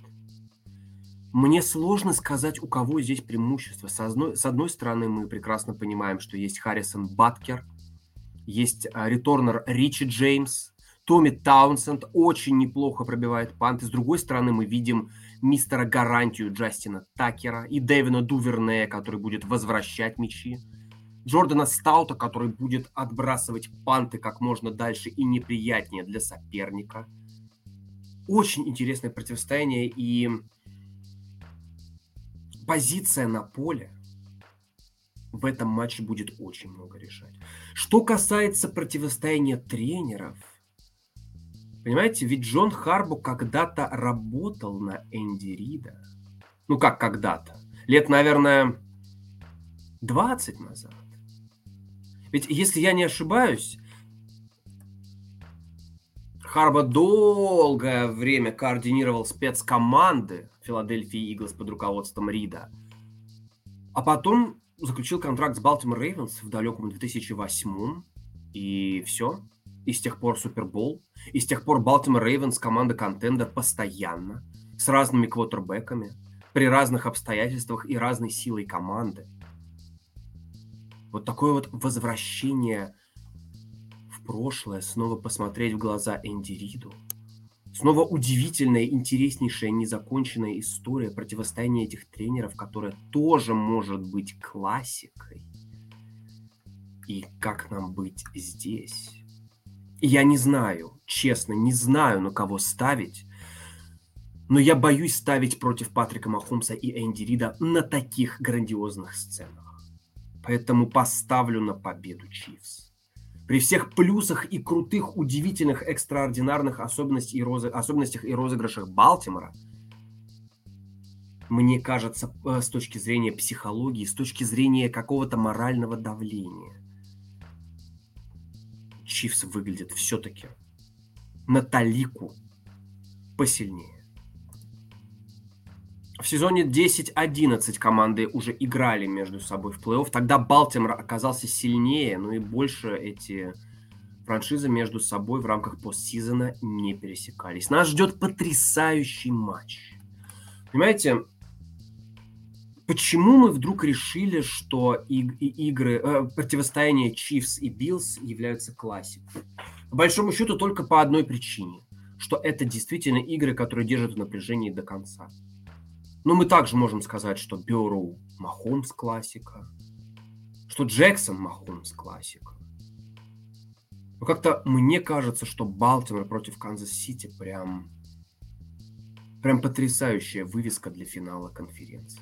Мне сложно сказать, у кого здесь преимущество. С одной стороны, мы прекрасно понимаем, что есть Харрисон Баткер, есть реторнер Ричи Джеймс, Томми Таунсенд очень неплохо пробивает панты. С другой стороны, мы видим мистера гарантию Джастина Такера и Дэвина Дувернея, который будет возвращать мячи. Джордана Стаута, который будет отбрасывать панты как можно дальше и неприятнее для соперника. Очень интересное противостояние, и позиция на поле в этом матче будет очень много решать. Что касается противостояния тренеров, понимаете, ведь Джон Харбо когда-то работал на Энди Рида. Как когда-то? Лет, наверное, 20 назад. Ведь, если я не ошибаюсь, Харбо долгое время координировал спецкоманды Филадельфии Иглс под руководством Рида. А потом заключил контракт с Балтимор Рейвенс в далеком 2008-м. И все. И с тех пор Супербол. И с тех пор Балтимор Рейвенс команда-контендер постоянно. С разными квотербеками. При разных обстоятельствах и разной силой команды. Вот такое вот возвращение в прошлое, снова посмотреть в глаза Энди Риду. Снова удивительная, интереснейшая, незаконченная история противостояния этих тренеров, которая тоже может быть классикой. И как нам быть здесь? Я не знаю, честно, не знаю, на кого ставить, но я боюсь ставить против Патрика Махомса и Энди Рида на таких грандиозных сценах. Поэтому поставлю на победу Чифс. При всех плюсах и крутых, удивительных, экстраординарных особенностях и розыгрышах Балтимора, мне кажется, с точки зрения психологии, с точки зрения какого-то морального давления, Чифс выглядит все-таки на талику посильнее. В сезоне 10-11 команды уже играли между собой в плей-офф. Тогда Балтимор оказался сильнее, но и больше эти франшизы между собой в рамках постсезона не пересекались. Нас ждет потрясающий матч. Понимаете, почему мы вдруг решили, что противостояние Chiefs и Bills являются классикой? По большому счету только по одной причине, что это действительно игры, которые держат в напряжении до конца. Но мы также можем сказать, что Бёрроу – Махомс классика, что Джексон – Махомс классика. Но как-то мне кажется, что Балтимор против Канзас-Сити прям потрясающая вывеска для финала конференции.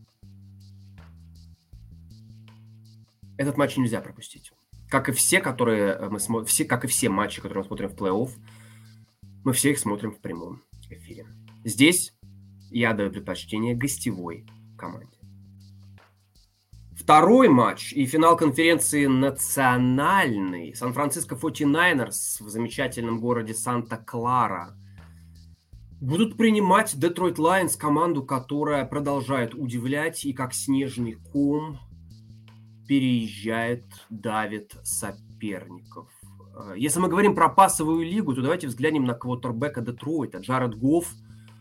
Этот матч нельзя пропустить. Как и все, как и все матчи, которые мы смотрим в плей-офф, мы все их смотрим в прямом эфире. Здесь я даю предпочтение гостевой команде. Второй матч и финал конференции национальный. Сан-Франциско 49ers в замечательном городе Санта-Клара будут принимать Детройт Лайонс, команду, которая продолжает удивлять и как снежный ком переезжает, давит соперников. Если мы говорим про пассовую лигу, то давайте взглянем на квотербека Детройта. Джаред Гофф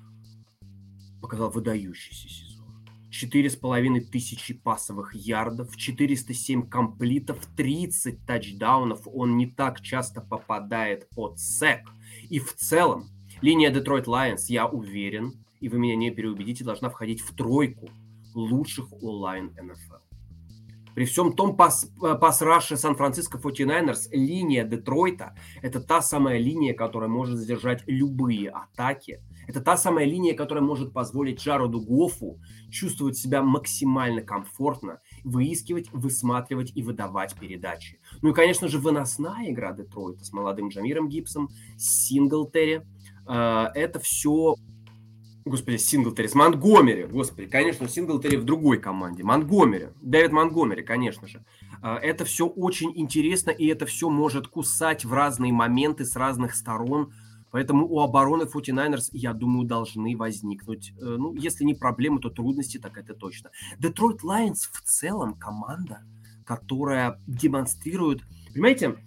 показал выдающийся сезон. 4500 пассовых ярдов, 407 комплитов, 30 тачдаунов. Он не так часто попадает под сэк. И в целом линия Детройт Лайонс, я уверен, и вы меня не переубедите, должна входить в тройку лучших онлайн НФЛ. При всем том пас-раше Сан-Франциско 49ers, линия Детройта – это та самая линия, которая может задержать любые атаки. Это та самая линия, которая может позволить Джареду Гоффу чувствовать себя максимально комфортно, выискивать, высматривать и выдавать передачи. Ну и, конечно же, выносная игра Детройта с молодым Джамиром Гибсом, с Синглтери. Это все... Синглтери с Монтгомери. Конечно, Синглтери в другой команде. Дэвид Монтгомери, конечно же. Это все очень интересно, и это все может кусать в разные моменты с разных сторон. Поэтому у обороны 49ers, я думаю, должны возникнуть, если не проблемы, то трудности, так это точно. Детройт Лайонс в целом команда, которая демонстрирует... Понимаете,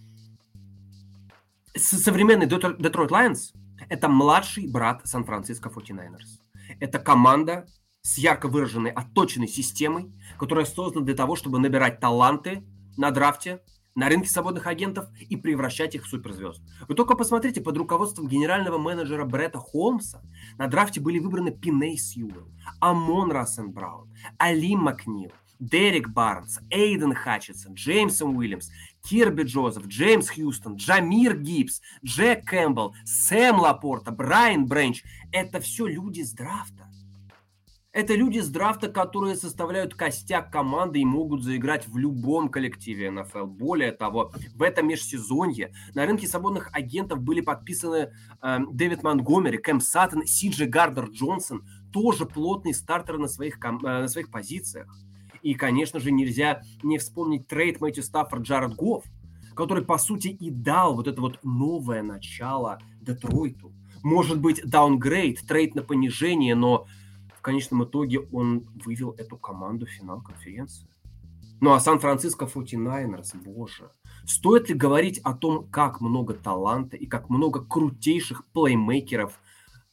современный Детройт Лайонс – это младший брат Сан-Франциско 49ers. Это команда с ярко выраженной, отточенной системой, которая создана для того, чтобы набирать таланты на драфте, на рынке свободных агентов и превращать их в суперзвезд. Вы только посмотрите, под руководством генерального менеджера Бретта Холмса на драфте были выбраны Пиней Сьюэлл, Амон-Ра Сент Браун, Али Макнил, Дерек Барнс, Эйден Хатчинсон, Джеймсон Уильямс, Кирби Джозеф, Джеймс Хьюстон, Джамир Гибс, Джек Кэмпбелл, Сэм Лапорта, Брайан Бренч. Это все люди с драфта. Это люди с драфта, которые составляют костяк команды и могут заиграть в любом коллективе НФЛ. Более того, в этом межсезонье на рынке свободных агентов были подписаны Дэвид Монтгомери, Кэм Саттон, Си-Джей Гардер-Джонсон, тоже плотные стартеры на своих позициях. И, конечно же, нельзя не вспомнить трейд Мэтью Стаффорд Джаред Гофф, который, по сути, и дал вот это вот новое начало Детройту. Может быть, даунгрейд, трейд на понижение, но в конечном итоге он вывел эту команду в финал конференции. Ну а Сан-Франциско 49ers, боже. Стоит ли говорить о том, как много таланта и как много крутейших плеймейкеров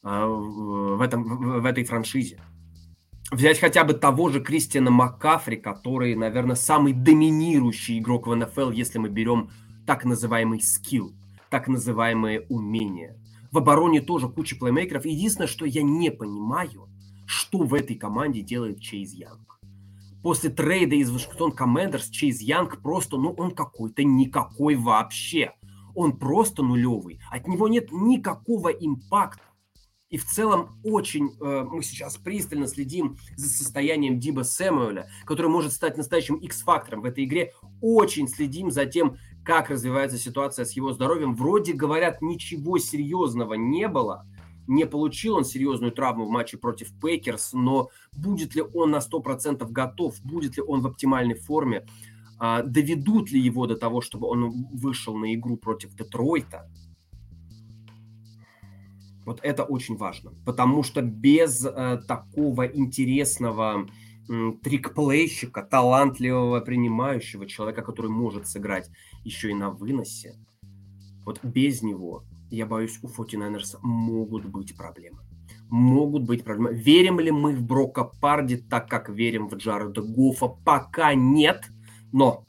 в этой франшизе? Взять хотя бы того же Кристиана Маккафри, который, наверное, самый доминирующий игрок в НФЛ, если мы берем так называемый скилл, так называемые умения. В обороне тоже куча плеймейкеров. Единственное, что я не понимаю, что в этой команде делает Чейз Янг. После трейда из Вашингтон Коммандерс Чейз Янг просто, он какой-то никакой вообще. Он просто нулевый. От него нет никакого импакта. И в целом очень мы сейчас пристально следим за состоянием Дибо Сэмуэля, который может стать настоящим X-фактором в этой игре. Очень следим за тем, как развивается ситуация с его здоровьем. Вроде говорят, ничего серьезного не было. Не получил он серьезную травму в матче против Пейкерс, но будет ли он на 100% готов, будет ли он в оптимальной форме, доведут ли его до того, чтобы он вышел на игру против Детройта. Вот это очень важно, потому что без такого интересного трикплейщика, талантливого принимающего человека, который может сыграть еще и на выносе, вот без него, я боюсь, у 49ers могут быть проблемы. Могут быть проблемы. Верим ли мы в Брока Парди так, как верим в Джареда Гоффа? Пока нет, но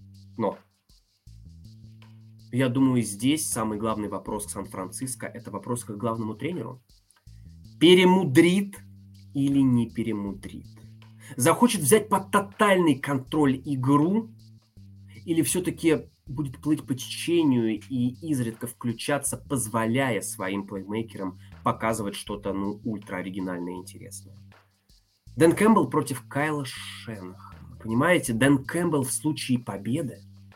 я думаю, здесь самый главный вопрос к Сан-Франциско – это вопрос к главному тренеру. Перемудрит или не перемудрит? Захочет взять под тотальный контроль игру или все-таки будет плыть по течению и изредка включаться, позволяя своим плеймейкерам показывать что-то, ультра оригинальное и интересное? Дэн Кэмпбелл против Кайла Шенахана. Понимаете, Дэн Кэмпбелл в случае победы,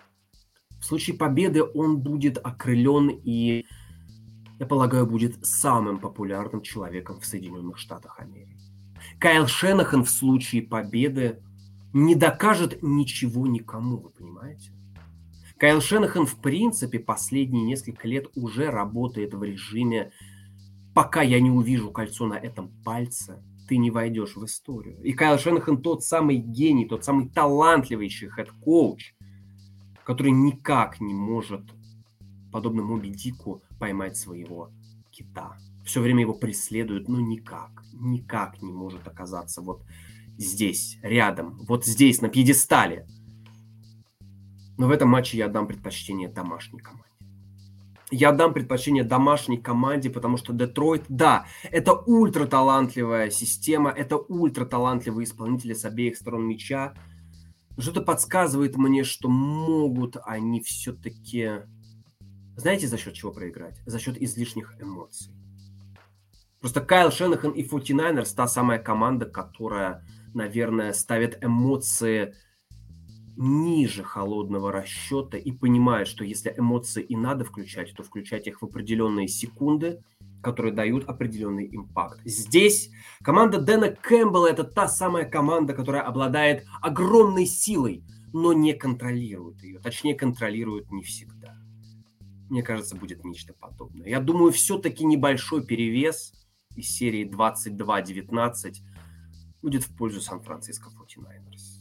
он будет окрылен и, я полагаю, будет самым популярным человеком в Соединенных Штатах Америки. Кайл Шенахан в случае победы не докажет ничего никому, вы понимаете? Кайл Шенахан, в принципе, последние несколько лет уже работает в режиме «пока я не увижу кольцо на этом пальце, ты не войдешь в историю». И Кайл Шенахан тот самый гений, тот самый талантливейший хед-коуч, который никак не может, подобно Моби Дику, поймать своего кита. Все время его преследуют, но никак не может оказаться вот здесь, рядом, вот здесь, на пьедестале. Но в этом матче я отдам предпочтение домашней команде. Я отдам предпочтение домашней команде, потому что Детройт, да, это ультраталантливая система, это ультраталантливые исполнители с обеих сторон мяча. Что-то подсказывает мне, что могут они все-таки... Знаете, за счет чего проиграть? За счет излишних эмоций. Просто Кайл Шенахан и 49ers та самая команда, которая, наверное, ставит эмоции ниже холодного расчета и понимает, что если эмоции и надо включать, то включать их в определенные секунды, которые дают определенный импакт. Здесь команда Дэна Кэмпбелла – это та самая команда, которая обладает огромной силой, но не контролирует ее. Точнее, контролирует не всегда. Мне кажется, будет нечто подобное. Я думаю, все-таки небольшой перевес из серии 22-19 будет в пользу Сан-Франциско 49ers.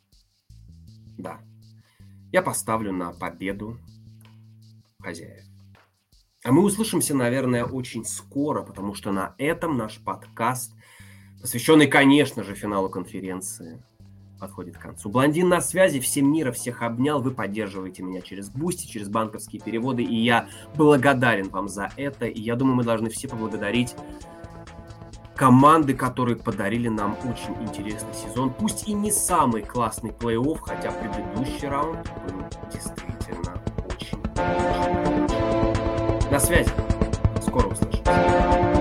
Да. Я поставлю на победу хозяев. А мы услышимся, наверное, очень скоро, потому что на этом наш подкаст, посвященный, конечно же, финалу конференции, подходит к концу. Блондин на связи, всем мира, всех обнял. Вы поддерживаете меня через Бусти, через банковские переводы, и я благодарен вам за это. И я думаю, мы должны все поблагодарить команды, которые подарили нам очень интересный сезон. Пусть и не самый классный плей-офф, хотя предыдущий раунд был действительно очень. На связи. Скоро услышимся.